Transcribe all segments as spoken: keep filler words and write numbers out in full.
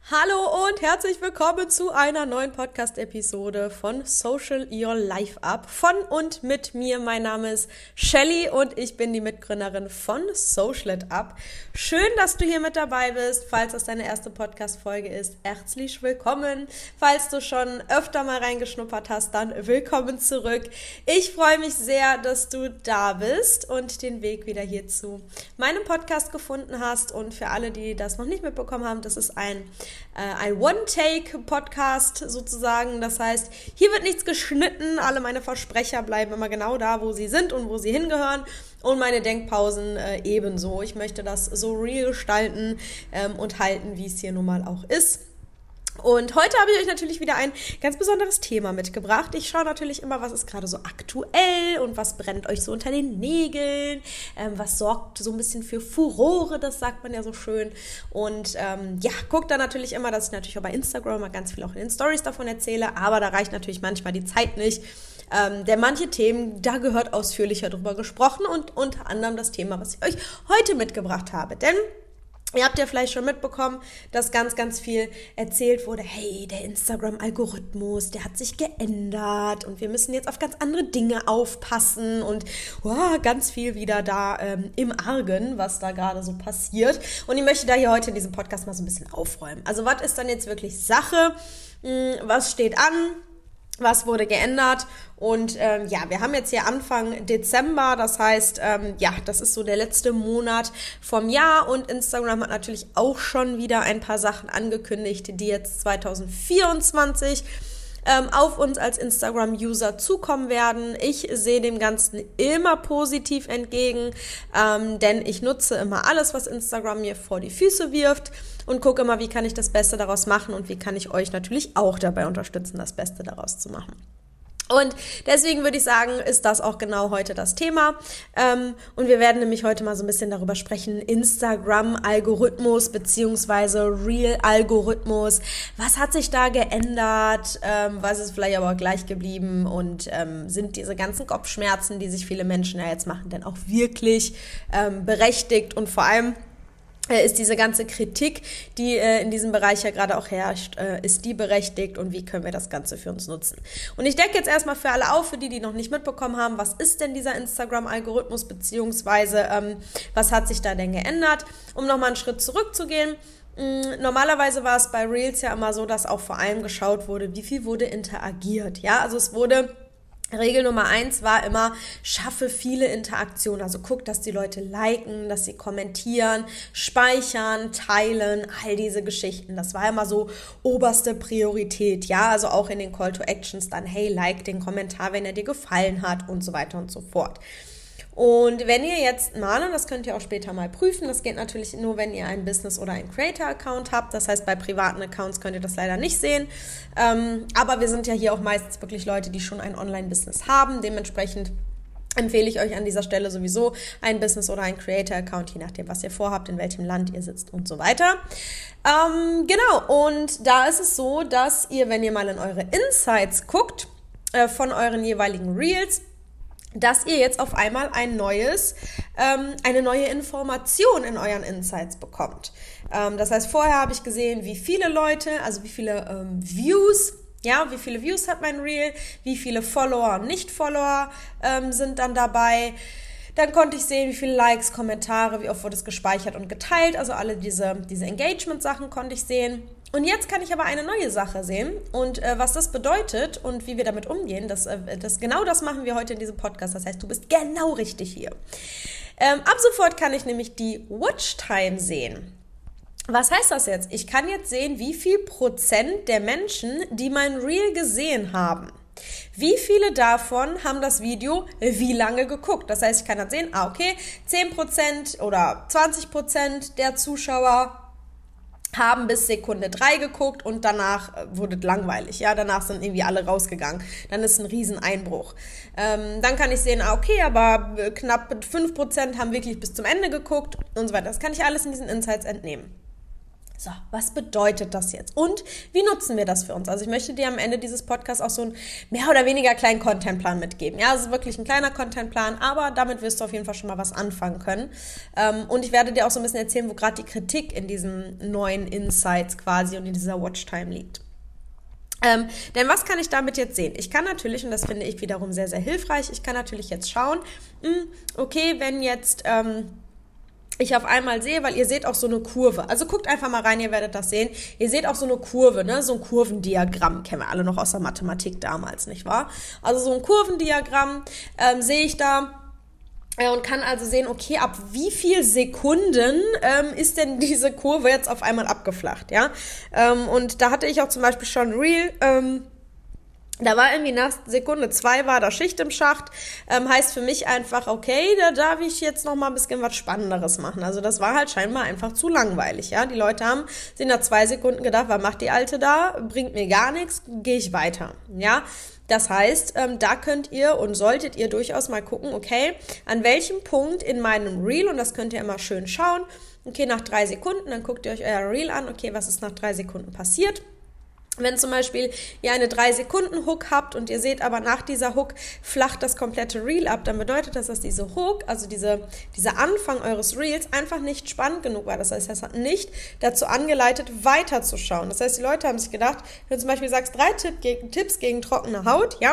Hallo und herzlich willkommen zu einer neuen Podcast-Episode von Social Your Life Up. Von und mit mir, mein Name ist Shelly und ich bin die Mitgründerin von Social It Up. Schön, dass du hier mit dabei bist. Falls das deine erste Podcast-Folge ist, herzlich willkommen. Falls du schon öfter mal reingeschnuppert hast, dann willkommen zurück. Ich freue mich sehr, dass du da bist und den Weg wieder hier zu meinem Podcast gefunden hast. Und für alle, die das noch nicht mitbekommen haben, das ist ein ein One-Take-Podcast sozusagen. Das heißt, hier wird nichts geschnitten. Alle meine Versprecher bleiben immer genau da, wo sie sind und wo sie hingehören. Und meine Denkpausen äh, ebenso. Ich möchte das so real gestalten ähm, und halten, wie es hier nun mal auch ist. Und heute habe ich euch natürlich wieder ein ganz besonderes Thema mitgebracht. Ich schaue natürlich immer, was ist gerade so aktuell und was brennt euch so unter den Nägeln, ähm, was sorgt so ein bisschen für Furore, das sagt man ja so schön. Und ähm, ja, guckt dann natürlich immer, dass ich natürlich auch bei Instagram mal ganz viel auch in den Stories davon erzähle, aber da reicht natürlich manchmal die Zeit nicht. Ähm, denn manche Themen, da gehört ausführlicher drüber gesprochen und unter anderem das Thema, was ich euch heute mitgebracht habe. Denn ihr habt ja vielleicht schon mitbekommen, dass ganz, ganz viel erzählt wurde, hey, der Instagram-Algorithmus, der hat sich geändert und wir müssen jetzt auf ganz andere Dinge aufpassen und wow, ganz viel wieder da ähm, im Argen, was da gerade so passiert. Und ich möchte da hier heute in diesem Podcast mal so ein bisschen aufräumen. Also was ist dann jetzt wirklich Sache? Hm, was steht an? Was wurde geändert? Und ähm, ja, wir haben jetzt hier Anfang Dezember, das heißt, ähm, ja, das ist so der letzte Monat vom Jahr und Instagram hat natürlich auch schon wieder ein paar Sachen angekündigt, die jetzt zwanzig vierundzwanzig ähm, auf uns als Instagram-User zukommen werden. Ich sehe dem Ganzen immer positiv entgegen, ähm, denn ich nutze immer alles, was Instagram mir vor die Füße wirft und gucke immer, wie kann ich das Beste daraus machen und wie kann ich euch natürlich auch dabei unterstützen, das Beste daraus zu machen. Und deswegen würde ich sagen, ist das auch genau heute das Thema. Ähm, und wir werden nämlich heute mal so ein bisschen darüber sprechen, Instagram-Algorithmus beziehungsweise Reel-Algorithmus. Was hat sich da geändert? Ähm, was ist vielleicht aber auch gleich geblieben? Und ähm, sind diese ganzen Kopfschmerzen, die sich viele Menschen ja jetzt machen, denn auch wirklich ähm, berechtigt? Und vor allem ist diese ganze Kritik, die äh, in diesem Bereich ja gerade auch herrscht, äh, ist die berechtigt und wie können wir das Ganze für uns nutzen? Und ich decke jetzt erstmal für alle auf, für die, die noch nicht mitbekommen haben, was ist denn dieser Instagram-Algorithmus, beziehungsweise ähm, was hat sich da denn geändert? Um nochmal einen Schritt zurückzugehen. Mh, normalerweise war es bei Reels ja immer so, dass auch vor allem geschaut wurde, wie viel wurde interagiert. Ja, also es wurde... Regel Nummer eins war immer, schaffe viele Interaktionen, also guck, dass die Leute liken, dass sie kommentieren, speichern, teilen, all diese Geschichten. Das war immer so oberste Priorität, ja, also auch in den Call to Actions dann, hey, like den Kommentar, wenn er dir gefallen hat und so weiter und so fort. Und wenn ihr jetzt mal, und das könnt ihr auch später mal prüfen, das geht natürlich nur, wenn ihr ein Business- oder ein Creator-Account habt, das heißt, bei privaten Accounts könnt ihr das leider nicht sehen, ähm, aber wir sind ja hier auch meistens wirklich Leute, die schon ein Online-Business haben, dementsprechend empfehle ich euch an dieser Stelle sowieso ein Business- oder ein Creator-Account, je nachdem, was ihr vorhabt, in welchem Land ihr sitzt und so weiter. Ähm, genau, und da ist es so, dass ihr, wenn ihr mal in eure Insights guckt, äh, von euren jeweiligen Reels, dass ihr jetzt auf einmal ein neues, ähm, eine neue Information in euren Insights bekommt. Ähm, das heißt, vorher habe ich gesehen, wie viele Leute, also wie viele ähm, Views, ja, wie viele Views hat mein Reel, wie viele Follower und Nicht-Follower ähm, sind dann dabei. Dann konnte ich sehen, wie viele Likes, Kommentare, wie oft wurde es gespeichert und geteilt, also alle diese, diese Engagement-Sachen konnte ich sehen. Und jetzt kann ich aber eine neue Sache sehen und äh, was das bedeutet und wie wir damit umgehen, das, äh, das, genau das machen wir heute in diesem Podcast. Das heißt, du bist genau richtig hier. Ähm, ab sofort kann ich nämlich die Watchtime sehen. Was heißt das jetzt? Ich kann jetzt sehen, wie viel Prozent der Menschen, die mein Reel gesehen haben, wie viele davon haben das Video wie lange geguckt? Das heißt, ich kann dann sehen, ah okay, zehn Prozent oder zwanzig Prozent der Zuschauer haben bis Sekunde drei geguckt und danach wurde es langweilig, ja, danach sind irgendwie alle rausgegangen, dann ist ein Rieseneinbruch. Ähm, dann kann ich sehen, ah, okay, aber knapp fünf Prozent haben wirklich bis zum Ende geguckt und so weiter. Das kann ich alles in diesen Insights entnehmen. So, was bedeutet das jetzt? Und wie nutzen wir das für uns? Also ich möchte dir am Ende dieses Podcasts auch so einen mehr oder weniger kleinen Contentplan mitgeben. Ja, es ist wirklich ein kleiner Contentplan, aber damit wirst du auf jeden Fall schon mal was anfangen können. Und ich werde dir auch so ein bisschen erzählen, wo gerade die Kritik in diesen neuen Insights quasi und in dieser Watchtime liegt. Ähm, denn was kann ich damit jetzt sehen? Ich kann natürlich, und das finde ich wiederum sehr, sehr hilfreich, ich kann natürlich jetzt schauen, mh, okay, wenn jetzt ähm, ich auf einmal sehe, weil ihr seht auch so eine Kurve, also guckt einfach mal rein, ihr werdet das sehen, ihr seht auch so eine Kurve, ne, so ein Kurvendiagramm, kennen wir alle noch aus der Mathematik damals, nicht wahr? Also so ein Kurvendiagramm ähm, sehe ich da, und kann also sehen, okay, ab wie viel Sekunden ähm, ist denn diese Kurve jetzt auf einmal abgeflacht, ja? Ähm, und da hatte ich auch zum Beispiel schon Reel, ähm, da war irgendwie nach Sekunde zwei war da Schicht im Schacht, ähm, heißt für mich einfach, okay, da darf ich jetzt noch mal ein bisschen was Spannenderes machen. Also das war halt scheinbar einfach zu langweilig, ja. Die Leute haben sich nach zwei Sekunden gedacht, was macht die Alte da? Bringt mir gar nichts, gehe ich weiter, ja. Das heißt, ähm, da könnt ihr und solltet ihr durchaus mal gucken, okay, an welchem Punkt in meinem Reel, und das könnt ihr immer schön schauen, okay, nach drei Sekunden, dann guckt ihr euch euer Reel an, okay, was ist nach drei Sekunden passiert? Wenn zum Beispiel ihr eine drei Sekunden Hook habt und ihr seht aber nach dieser Hook flacht das komplette Reel ab, dann bedeutet das, dass diese Hook, also diese, dieser Anfang eures Reels einfach nicht spannend genug war. Das heißt, das hat nicht dazu angeleitet, weiterzuschauen. Das heißt, die Leute haben sich gedacht, wenn du zum Beispiel sagst, drei Tipp gegen, Tipps gegen trockene Haut, ja,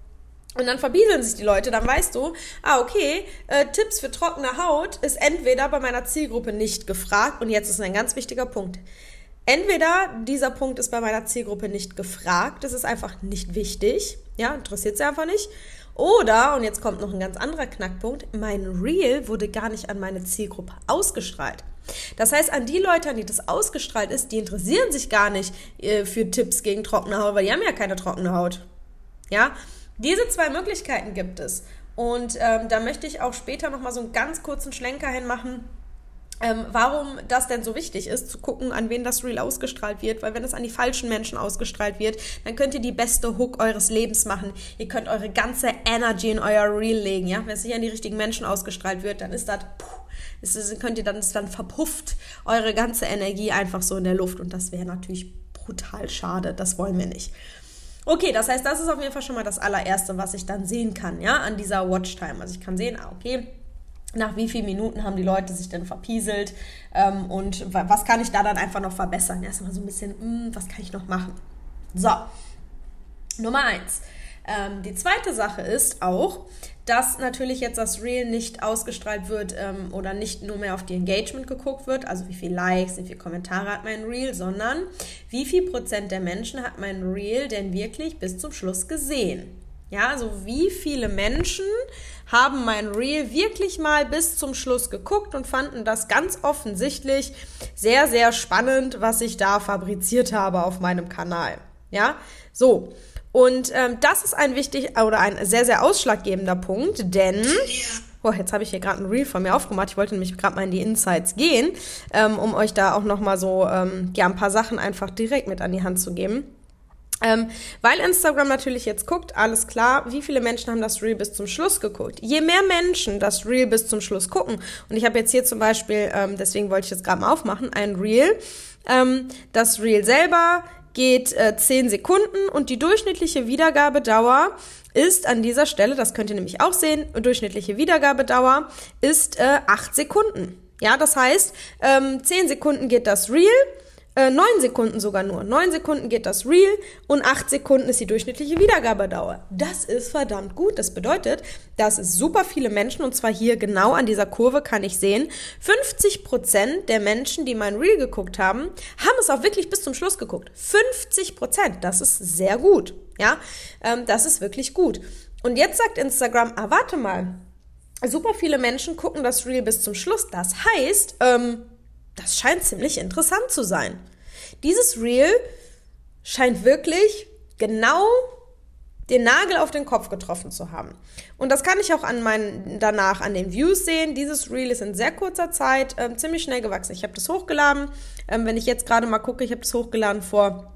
und dann verbieseln sich die Leute, dann weißt du, ah, okay, äh, Tipps für trockene Haut ist entweder bei meiner Zielgruppe nicht gefragt, und jetzt ist ein ganz wichtiger Punkt. Entweder dieser Punkt ist bei meiner Zielgruppe nicht gefragt, das ist einfach nicht wichtig, ja, interessiert sie einfach nicht. Oder, und jetzt kommt noch ein ganz anderer Knackpunkt, mein Reel wurde gar nicht an meine Zielgruppe ausgestrahlt. Das heißt, an die Leute, an die das ausgestrahlt ist, die interessieren sich gar nicht äh, für Tipps gegen trockene Haut, weil die haben ja keine trockene Haut. Ja, diese zwei Möglichkeiten gibt es. Und ähm, da möchte ich auch später nochmal so einen ganz kurzen Schlenker hinmachen, Ähm, warum das denn so wichtig ist, zu gucken, an wen das Reel ausgestrahlt wird, weil wenn es an die falschen Menschen ausgestrahlt wird, dann könnt ihr die beste Hook eures Lebens machen. Ihr könnt eure ganze Energy in euer Reel legen, ja. Wenn es nicht an die richtigen Menschen ausgestrahlt wird, dann ist das, puh, ist das könnt ihr dann, ist dann verpufft eure ganze Energie einfach so in der Luft, und das wäre natürlich brutal schade, das wollen wir nicht. Okay, das heißt, das ist auf jeden Fall schon mal das allererste, was ich dann sehen kann, ja, an dieser Watchtime. Also ich kann sehen, ah, okay, nach wie vielen Minuten haben die Leute sich denn verpieselt, ähm, und was kann ich da dann einfach noch verbessern? Erstmal so ein bisschen, mh, was kann ich noch machen? So, Nummer eins. Ähm, die zweite Sache ist auch, dass natürlich jetzt das Reel nicht ausgestrahlt wird ähm, oder nicht nur mehr auf die Engagement geguckt wird, also wie viele Likes, wie viele Kommentare hat mein Reel, sondern wie viel Prozent der Menschen hat mein Reel denn wirklich bis zum Schluss gesehen? Ja, also wie viele Menschen haben mein Reel wirklich mal bis zum Schluss geguckt und fanden das ganz offensichtlich sehr, sehr spannend, was ich da fabriziert habe auf meinem Kanal. Ja, so. Und ähm, das ist ein wichtig oder ein sehr, sehr ausschlaggebender Punkt, denn oh, jetzt habe ich hier gerade ein Reel von mir aufgemacht. Ich wollte nämlich gerade mal in die Insights gehen, ähm, um euch da auch nochmal so ähm, ja, ein paar Sachen einfach direkt mit an die Hand zu geben. Ähm, weil Instagram natürlich jetzt guckt, alles klar, wie viele Menschen haben das Reel bis zum Schluss geguckt. Je mehr Menschen das Reel bis zum Schluss gucken, und ich habe jetzt hier zum Beispiel, ähm, deswegen wollte ich jetzt gerade mal aufmachen, ein Reel, ähm, das Reel selber geht äh, zehn Sekunden und die durchschnittliche Wiedergabedauer ist an dieser Stelle, das könnt ihr nämlich auch sehen, durchschnittliche Wiedergabedauer ist äh, acht Sekunden. Ja, das heißt, ähm, zehn Sekunden geht das Reel, Äh, neun Sekunden sogar nur. Neun Sekunden geht das Reel und acht Sekunden ist die durchschnittliche Wiedergabedauer. Das ist verdammt gut. Das bedeutet, dass es super viele Menschen, und zwar hier genau an dieser Kurve kann ich sehen, fünfzig Prozent der Menschen, die mein Reel geguckt haben, haben es auch wirklich bis zum Schluss geguckt. fünfzig Prozent, das ist sehr gut. Ja, ähm, das ist wirklich gut. Und jetzt sagt Instagram, ah, warte mal, super viele Menschen gucken das Reel bis zum Schluss. Das heißt, ähm, das scheint ziemlich interessant zu sein. Dieses Reel scheint wirklich genau den Nagel auf den Kopf getroffen zu haben. Und das kann ich auch an meinen, danach an den Views sehen. Dieses Reel ist in sehr kurzer Zeit ähm, ziemlich schnell gewachsen. Ich habe das hochgeladen. Ähm, wenn ich jetzt gerade mal gucke, ich habe das hochgeladen vor,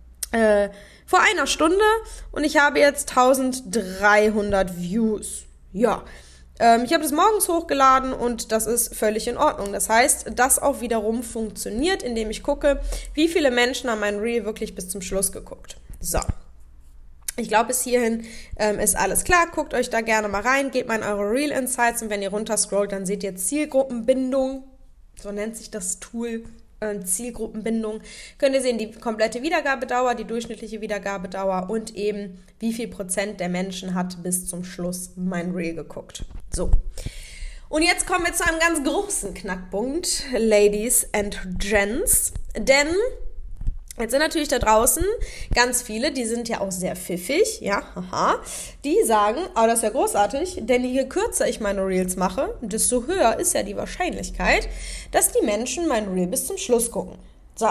äh, vor einer Stunde und ich habe jetzt eintausenddreihundert Views. Ja. Ähm, ich habe das morgens hochgeladen und das ist völlig in Ordnung. Das heißt, das auch wiederum funktioniert, indem ich gucke, wie viele Menschen haben mein Reel wirklich bis zum Schluss geguckt. So. Ich glaube, bis hierhin ähm, ist alles klar. Guckt euch da gerne mal rein, geht mal in eure Reel Insights und wenn ihr runter scrollt, dann seht ihr Zielgruppenbindung. So nennt sich das Tool. Zielgruppenbindung, könnt ihr sehen, die komplette Wiedergabedauer, die durchschnittliche Wiedergabedauer und eben wie viel Prozent der Menschen hat bis zum Schluss mein Reel geguckt. So. Und jetzt kommen wir zu einem ganz großen Knackpunkt, Ladies and Gents, denn jetzt sind natürlich da draußen ganz viele, die sind ja auch sehr pfiffig, ja, haha, die sagen, oh, das ist ja großartig, denn je kürzer ich meine Reels mache, desto höher ist ja die Wahrscheinlichkeit, dass die Menschen mein Reel bis zum Schluss gucken. So,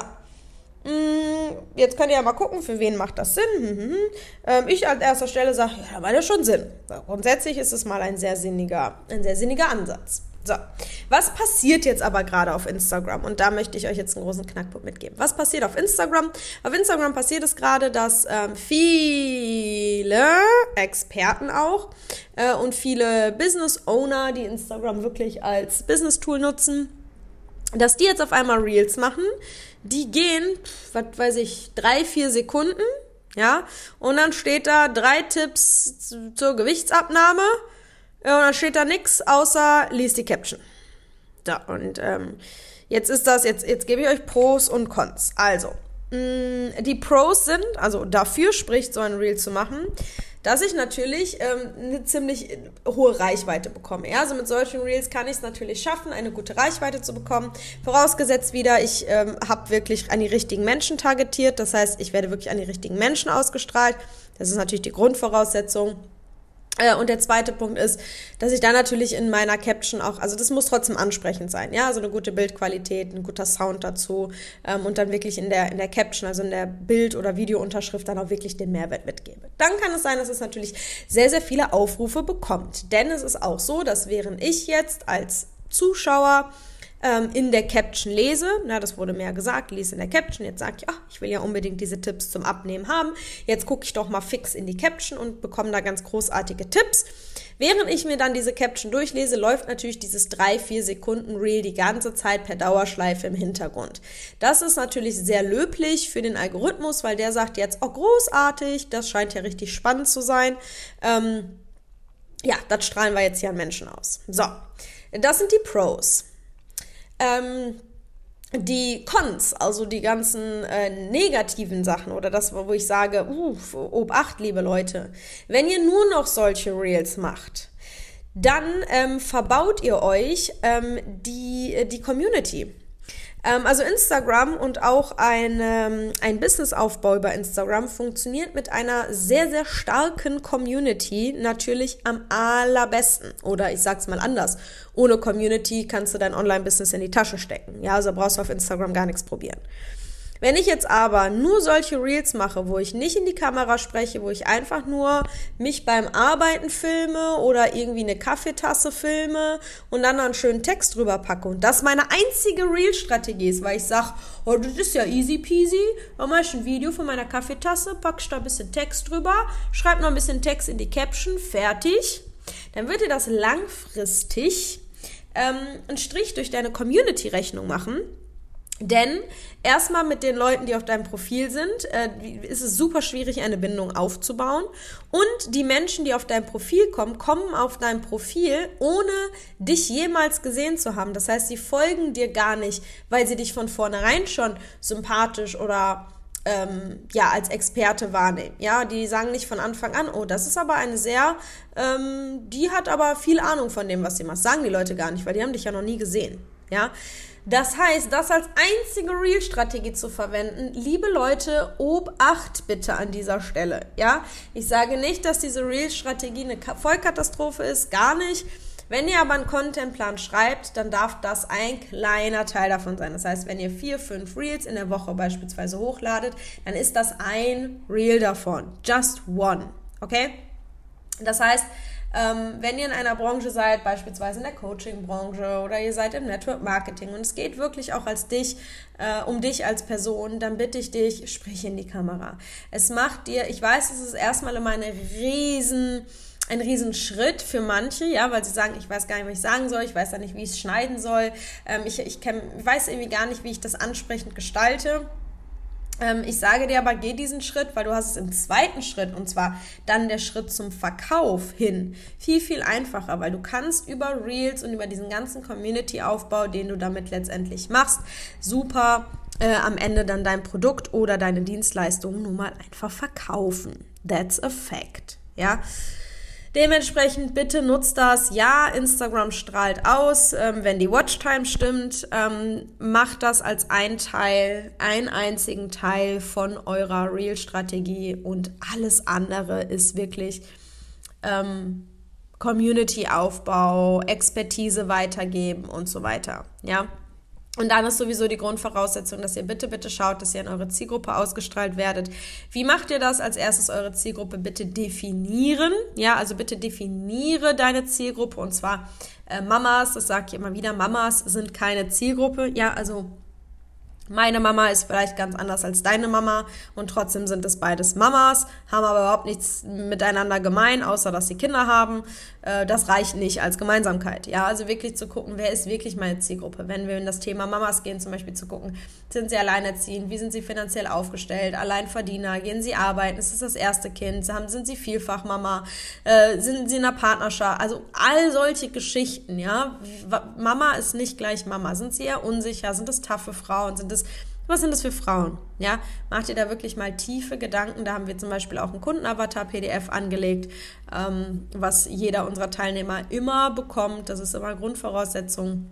jetzt könnt ihr ja mal gucken, für wen macht das Sinn. Ich an erster Stelle sage, ja, da macht ja schon Sinn. Grundsätzlich ist es mal ein sehr sinniger, ein sehr sinniger Ansatz. So, was passiert jetzt aber gerade auf Instagram? Und da möchte ich euch jetzt einen großen Knackpunkt mitgeben. Was passiert auf Instagram? Auf Instagram passiert es gerade, dass ähm, viele Experten auch äh, und viele Business Owner, die Instagram wirklich als Business Tool nutzen, dass die jetzt auf einmal Reels machen. Die gehen, was weiß ich, drei, vier Sekunden, ja, und dann steht da drei Tipps zur Gewichtsabnahme. Ja, und dann steht da nichts, außer liest die Caption. So, und ähm, jetzt ist das, jetzt, jetzt gebe ich euch Pros und Cons. Also, mh, die Pros sind, also dafür spricht, so ein Reel zu machen, dass ich natürlich ähm, eine ziemlich hohe Reichweite bekomme. Ja, also mit solchen Reels kann ich es natürlich schaffen, eine gute Reichweite zu bekommen. Vorausgesetzt wieder, ich ähm, habe wirklich an die richtigen Menschen targetiert. Das heißt, ich werde wirklich an die richtigen Menschen ausgestrahlt. Das ist natürlich die Grundvoraussetzung. Und der zweite Punkt ist, dass ich da natürlich in meiner Caption auch, also das muss trotzdem ansprechend sein, ja, also eine gute Bildqualität, ein guter Sound dazu ähm, und dann wirklich in der in der Caption, also in der Bild- oder Videounterschrift dann auch wirklich den Mehrwert mitgebe. Dann kann es sein, dass es natürlich sehr, sehr viele Aufrufe bekommt, denn es ist auch so, dass während ich jetzt als Zuschauer in der Caption lese, na, das wurde mir ja gesagt, lese in der Caption, jetzt sage ich, ach, ich will ja unbedingt diese Tipps zum Abnehmen haben, jetzt gucke ich doch mal fix in die Caption und bekomme da ganz großartige Tipps. Während ich mir dann diese Caption durchlese, läuft natürlich dieses drei, vier Sekunden Reel die ganze Zeit per Dauerschleife im Hintergrund. Das ist natürlich sehr löblich für den Algorithmus, weil der sagt jetzt, oh, großartig, das scheint ja richtig spannend zu sein. Ähm, ja, das strahlen wir jetzt hier an Menschen aus. So, das sind die Pros. Ähm, die Cons, also die ganzen äh, negativen Sachen oder das, wo ich sage, uh, Obacht, liebe Leute, wenn ihr nur noch solche Reels macht, dann ähm, verbaut ihr euch ähm, die, die Community. Ähm, also Instagram und auch ein, ähm, ein Businessaufbau über Instagram funktioniert mit einer sehr, sehr starken Community natürlich am allerbesten. Oder ich sag's mal anders, ohne Community kannst du dein Online-Business in die Tasche stecken. Ja, also brauchst du auf Instagram gar nichts probieren. Wenn ich jetzt aber nur solche Reels mache, wo ich nicht in die Kamera spreche, wo ich einfach nur mich beim Arbeiten filme oder irgendwie eine Kaffeetasse filme und dann noch einen schönen Text drüber packe und das meine einzige Reel-Strategie ist, weil ich sage, oh, das ist ja easy peasy, dann mache ich ein Video von meiner Kaffeetasse, packe da ein bisschen Text drüber, schreibe noch ein bisschen Text in die Caption, fertig, dann wird dir das langfristig ähm, einen Strich durch deine Community-Rechnung machen. Denn erstmal mit den Leuten, die auf deinem Profil sind, äh, ist es super schwierig, eine Bindung aufzubauen. Und die Menschen, die auf dein Profil kommen, kommen auf dein Profil, ohne dich jemals gesehen zu haben. Das heißt, sie folgen dir gar nicht, weil sie dich von vornherein schon sympathisch oder ähm, ja als Experte wahrnehmen. Ja, die sagen nicht von Anfang an, oh, das ist aber eine sehr, ähm, die hat aber viel Ahnung von dem, was sie macht. Sagen die Leute gar nicht, weil die haben dich ja noch nie gesehen. Ja. Das heißt, das als einzige Reel-Strategie zu verwenden, liebe Leute, Obacht bitte an dieser Stelle, ja. Ich sage nicht, dass diese Reel-Strategie eine Vollkatastrophe ist, gar nicht. Wenn ihr aber einen Contentplan schreibt, dann darf das ein kleiner Teil davon sein. Das heißt, wenn ihr vier, fünf Reels in der Woche beispielsweise hochladet, dann ist das ein Reel davon. Just one, okay? Das heißt, Ähm, wenn ihr in einer Branche seid, beispielsweise in der Coaching-Branche oder ihr seid im Network-Marketing und es geht wirklich auch als dich, äh, um dich als Person, dann bitte ich dich, sprich in die Kamera. Es macht dir, ich weiß, es ist erstmal immer eine riesen ein Riesenschritt für manche, ja, weil sie sagen, ich weiß gar nicht, was ich sagen soll, ich weiß ja nicht, wie ich es schneiden soll, ähm, ich, ich kenn, weiß irgendwie gar nicht, wie ich das ansprechend gestalte. Ähm, ich sage dir aber, geh diesen Schritt, weil du hast es im zweiten Schritt, und zwar dann der Schritt zum Verkauf hin, viel, viel einfacher, weil du kannst über Reels und über diesen ganzen Community-Aufbau, den du damit letztendlich machst, super äh, am Ende dann dein Produkt oder deine Dienstleistung nun mal einfach verkaufen. That's a fact, ja. Dementsprechend bitte nutzt das. Ja, Instagram strahlt aus, ähm, wenn die Watchtime stimmt. Ähm, macht das als ein Teil, einen einzigen Teil von eurer Reel-Strategie, und alles andere ist wirklich ähm, Community-Aufbau, Expertise weitergeben und so weiter. Ja. Und dann ist sowieso die Grundvoraussetzung, dass ihr bitte, bitte schaut, dass ihr in eure Zielgruppe ausgestrahlt werdet. Wie macht ihr das? Als erstes eure Zielgruppe bitte definieren. Ja, also bitte definiere deine Zielgruppe, und zwar äh, Mamas, das sage ich immer wieder, Mamas sind keine Zielgruppe. Ja, also meine Mama ist vielleicht ganz anders als deine Mama, und trotzdem sind es beides Mamas, haben aber überhaupt nichts miteinander gemein, außer dass sie Kinder haben. Das reicht nicht als Gemeinsamkeit. Ja, also wirklich zu gucken, wer ist wirklich meine Zielgruppe. Wenn wir in das Thema Mamas gehen, zum Beispiel zu gucken, sind sie alleinerziehend, wie sind sie finanziell aufgestellt, Alleinverdiener, gehen sie arbeiten, ist es das erste Kind, sind sie Vielfachmama, sind sie in einer Partnerschaft, also all solche Geschichten, ja. Mama ist nicht gleich Mama. Sind sie eher unsicher, sind das taffe Frauen, sind das Was sind das für Frauen? Ja, macht ihr da wirklich mal tiefe Gedanken? Da haben wir zum Beispiel auch ein Kundenavatar-P D F angelegt, ähm, was jeder unserer Teilnehmer immer bekommt. Das ist immer Grundvoraussetzung.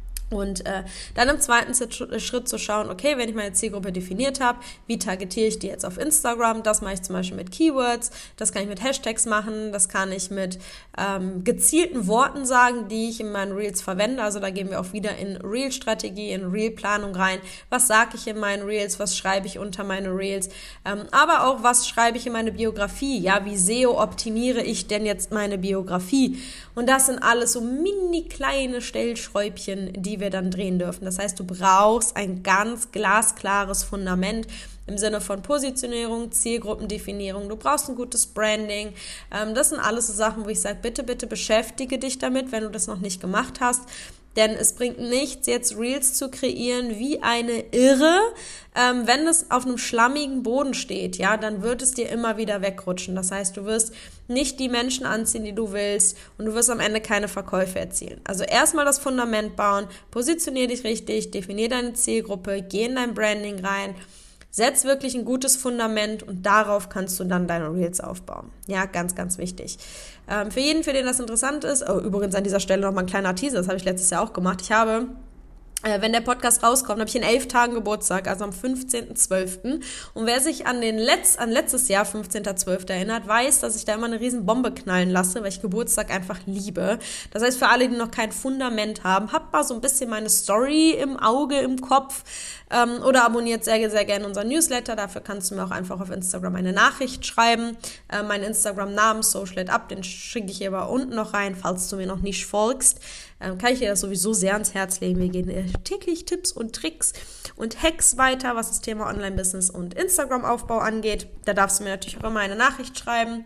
Und äh, dann im zweiten Schritt zu schauen, okay, wenn ich meine Zielgruppe definiert habe, wie targetiere ich die jetzt auf Instagram? Das mache ich zum Beispiel mit Keywords, das kann ich mit Hashtags machen, das kann ich mit ähm, gezielten Worten sagen, die ich in meinen Reels verwende. Also da gehen wir auch wieder in Reel-Strategie, in Reel-Planung rein. Was sage ich in meinen Reels, was schreibe ich unter meine Reels? Ähm, aber auch, was schreibe ich in meine Biografie? Ja, wie S E O optimiere ich denn jetzt meine Biografie? Und das sind alles so mini kleine Stellschräubchen, die wir dann drehen dürfen. Das heißt, du brauchst ein ganz glasklares Fundament im Sinne von Positionierung, Zielgruppendefinierung. Du brauchst ein gutes Branding. Das sind alles so Sachen, wo ich sage, bitte, bitte beschäftige dich damit, wenn du das noch nicht gemacht hast. Denn es bringt nichts, jetzt Reels zu kreieren wie eine Irre. Ähm, wenn es auf einem schlammigen Boden steht, ja, dann wird es dir immer wieder wegrutschen. Das heißt, du wirst nicht die Menschen anziehen, die du willst, und du wirst am Ende keine Verkäufe erzielen. Also erstmal das Fundament bauen, positionier dich richtig, definier deine Zielgruppe, geh in dein Branding rein, setz wirklich ein gutes Fundament, und darauf kannst du dann deine Reels aufbauen. Ja, ganz, ganz wichtig. Ähm, für jeden, für den das interessant ist, oh, übrigens an dieser Stelle nochmal ein kleiner Teaser, das habe ich letztes Jahr auch gemacht. Ich habe, äh, wenn der Podcast rauskommt, habe ich in elf Tagen Geburtstag, also am fünfzehnten zwölften Und wer sich an den Letz-, an letztes Jahr, fünfzehnten zwölften erinnert, weiß, dass ich da immer eine riesen Bombe knallen lasse, weil ich Geburtstag einfach liebe. Das heißt, für alle, die noch kein Fundament haben, habt mal so ein bisschen meine Story im Auge, im Kopf, ähm, oder abonniert sehr, sehr gerne unseren Newsletter. Dafür kannst du mir auch einfach auf Instagram eine Nachricht schreiben. Äh, mein Instagram-Namen, SocialEdUp, den schicke ich hier aber unten noch rein, falls du mir noch nicht folgst. Ähm, kann ich dir das sowieso sehr ans Herz legen. Wir gehen äh, täglich Tipps und Tricks und Hacks weiter, was das Thema Online-Business und Instagram-Aufbau angeht. Da darfst du mir natürlich auch immer eine Nachricht schreiben.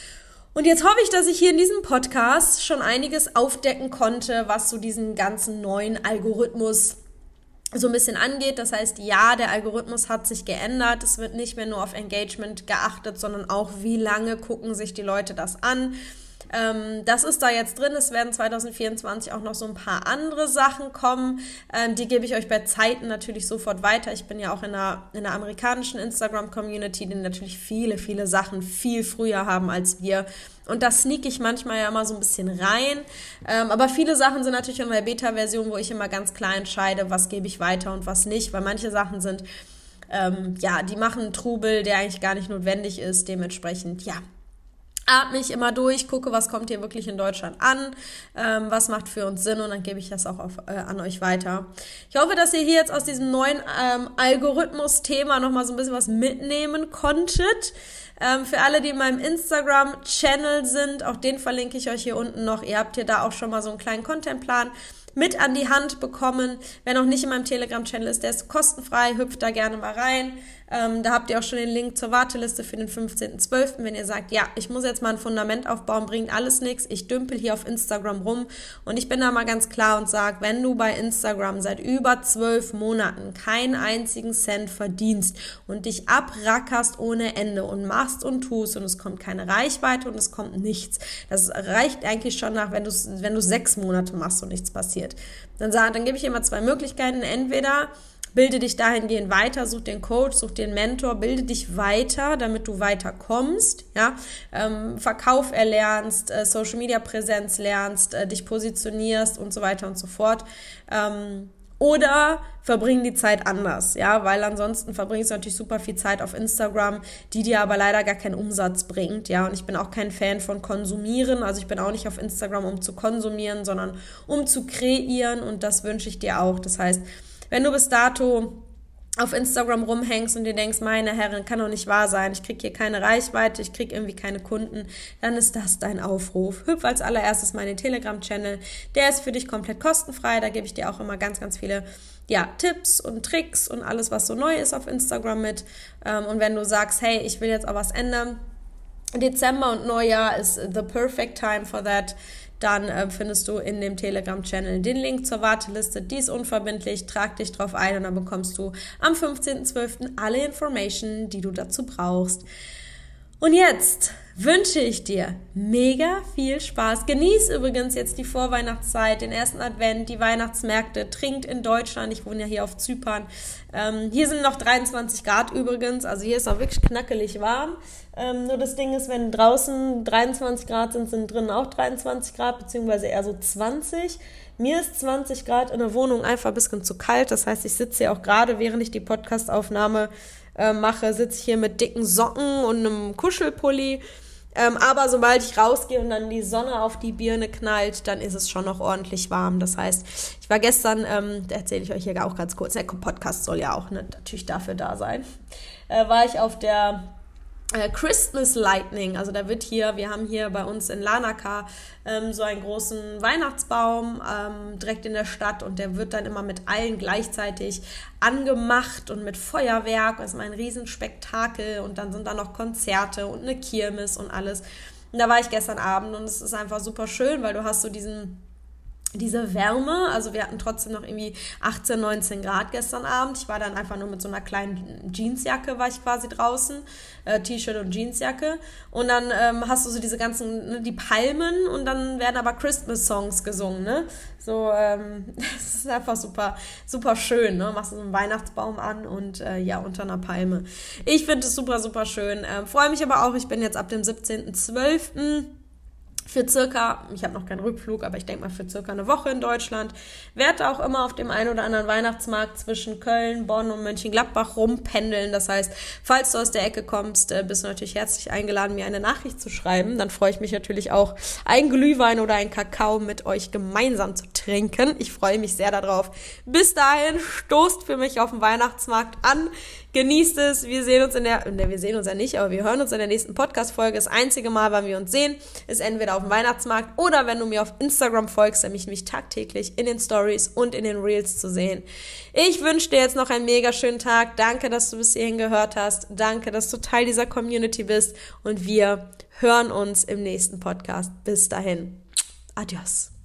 Und jetzt hoffe ich, dass ich hier in diesem Podcast schon einiges aufdecken konnte, was so diesen ganzen neuen Algorithmus so ein bisschen angeht. Das heißt, ja, der Algorithmus hat sich geändert. Es wird nicht mehr nur auf Engagement geachtet, sondern auch, wie lange gucken sich die Leute das an. Ähm, das ist da jetzt drin. Es werden zwanzig vierundzwanzig auch noch so ein paar andere Sachen kommen. Ähm, die gebe ich euch bei Zeiten natürlich sofort weiter. Ich bin ja auch in einer, in einer amerikanischen Instagram-Community, die natürlich viele, viele Sachen viel früher haben als wir. Und da sneak ich manchmal ja immer so ein bisschen rein. Ähm, aber viele Sachen sind natürlich in der Beta-Version, wo ich immer ganz klar entscheide, was gebe ich weiter und was nicht. Weil manche Sachen sind, ähm, ja, die machen einen Trubel, der eigentlich gar nicht notwendig ist. Dementsprechend, ja, atme ich immer durch, gucke, was kommt hier wirklich in Deutschland an, ähm, was macht für uns Sinn, und dann gebe ich das auch auf, äh, an euch weiter. Ich hoffe, dass ihr hier jetzt aus diesem neuen ähm, Algorithmus-Thema nochmal so ein bisschen was mitnehmen konntet. Ähm, für alle, die in meinem Instagram-Channel sind, auch den verlinke ich euch hier unten noch. Ihr habt hier da auch schon mal so einen kleinen Contentplan mit an die Hand bekommen. Wer noch nicht in meinem Telegram-Channel ist, der ist kostenfrei, hüpft da gerne mal rein. Ähm, da habt ihr auch schon den Link zur Warteliste für den fünfzehnten zwölften Wenn ihr sagt, ja, ich muss jetzt mal ein Fundament aufbauen, bringt alles nichts, ich dümpel hier auf Instagram rum. Und ich bin da mal ganz klar und sage, wenn du bei Instagram seit über zwölf Monaten keinen einzigen Cent verdienst und dich abrackerst ohne Ende und machst und tust und es kommt keine Reichweite und es kommt nichts. Das reicht eigentlich schon nach, wenn du wenn du sechs Monate machst und nichts passiert. Dann, sag, dann gebe ich immer zwei Möglichkeiten. Entweder bilde dich dahingehend weiter, such den Coach, such den Mentor, bilde dich weiter, damit du weiterkommst, ja, ähm, Verkauf erlernst, äh, Social Media Präsenz lernst, äh, dich positionierst und so weiter und so fort. Ähm, Oder verbring die Zeit anders, ja, weil ansonsten verbringst du natürlich super viel Zeit auf Instagram, die dir aber leider gar keinen Umsatz bringt, ja, und ich bin auch kein Fan von konsumieren, also ich bin auch nicht auf Instagram, um zu konsumieren, sondern um zu kreieren und das wünsche ich dir auch. Das heißt, wenn du bis dato auf Instagram rumhängst und dir denkst, meine Herren, kann doch nicht wahr sein, ich kriege hier keine Reichweite, ich kriege irgendwie keine Kunden, dann ist das dein Aufruf. Hüpf als allererstes mal in den Telegram-Channel, der ist für dich komplett kostenfrei, da gebe ich dir auch immer ganz, ganz viele ja, Tipps und Tricks und alles, was so neu ist auf Instagram mit. Und wenn du sagst, hey, ich will jetzt auch was ändern, Dezember und Neujahr ist the perfect time for that, dann äh, findest du in dem Telegram-Channel den Link zur Warteliste. Die ist unverbindlich, trag dich drauf ein und dann bekommst du am fünfzehnten zwölften alle Informationen, die du dazu brauchst. Und jetzt wünsche ich dir mega viel Spaß. Genieß übrigens jetzt die Vorweihnachtszeit, den ersten Advent, die Weihnachtsmärkte. Trinkt in Deutschland, ich wohne ja hier auf Zypern. Ähm, hier sind noch dreiundzwanzig Grad übrigens, also hier ist auch wirklich knackelig warm. Ähm, nur das Ding ist, wenn draußen dreiundzwanzig Grad sind, sind drinnen auch dreiundzwanzig Grad, beziehungsweise eher so zwanzig. Mir ist zwanzig Grad in der Wohnung einfach ein bisschen zu kalt. Das heißt, ich sitze hier auch gerade, während ich die Podcast-Aufnahme äh, mache, sitze ich hier mit dicken Socken und einem Kuschelpulli. Ähm, aber sobald ich rausgehe und dann die Sonne auf die Birne knallt, dann ist es schon noch ordentlich warm. Das heißt, ich war gestern, ähm, da erzähle ich euch hier auch ganz kurz, der Podcast soll ja auch ne, natürlich dafür da sein, äh, war ich auf der äh, Christmas Lightning. Also da wird hier, wir haben hier bei uns in Larnaca ähm, so einen großen Weihnachtsbaum ähm, direkt in der Stadt und der wird dann immer mit allen gleichzeitig angemacht und mit Feuerwerk. Das ist ein Riesenspektakel und dann sind da noch Konzerte und eine Kirmes und alles. Und da war ich gestern Abend und es ist einfach super schön, weil du hast so diesen diese Wärme, also wir hatten trotzdem noch irgendwie achtzehn, neunzehn Grad gestern Abend. Ich war dann einfach nur mit so einer kleinen Jeansjacke, war ich quasi draußen, äh, T-Shirt und Jeansjacke. Und dann ähm, hast du so diese ganzen, ne, die Palmen und dann werden aber Christmas-Songs gesungen, ne? So, ähm, das ist einfach super, super schön, ne? Machst du so einen Weihnachtsbaum an und äh, ja, unter einer Palme. Ich finde es super, super schön. Ähm, freue mich aber auch, ich bin jetzt ab dem siebzehnten zwölften für circa, ich habe noch keinen Rückflug, aber ich denke mal für circa eine Woche in Deutschland, werde auch immer auf dem einen oder anderen Weihnachtsmarkt zwischen Köln, Bonn und Mönchengladbach rumpendeln. Das heißt, falls du aus der Ecke kommst, bist du natürlich herzlich eingeladen, mir eine Nachricht zu schreiben. Dann freue ich mich natürlich auch, einen Glühwein oder einen Kakao mit euch gemeinsam zu trinken. Ich freue mich sehr darauf. Bis dahin, stoßt für mich auf dem Weihnachtsmarkt an. Genießt es. Wir sehen uns in der, ne, wir sehen uns ja nicht, aber wir hören uns in der nächsten Podcast-Folge. Das einzige Mal, wann wir uns sehen, ist entweder auf dem Weihnachtsmarkt oder wenn du mir auf Instagram folgst, damit ich mich tagtäglich in den Stories und in den Reels zu sehen. Ich wünsche dir jetzt noch einen mega schönen Tag. Danke, dass du bis hierhin gehört hast. Danke, dass du Teil dieser Community bist und wir hören uns im nächsten Podcast. Bis dahin. Adios.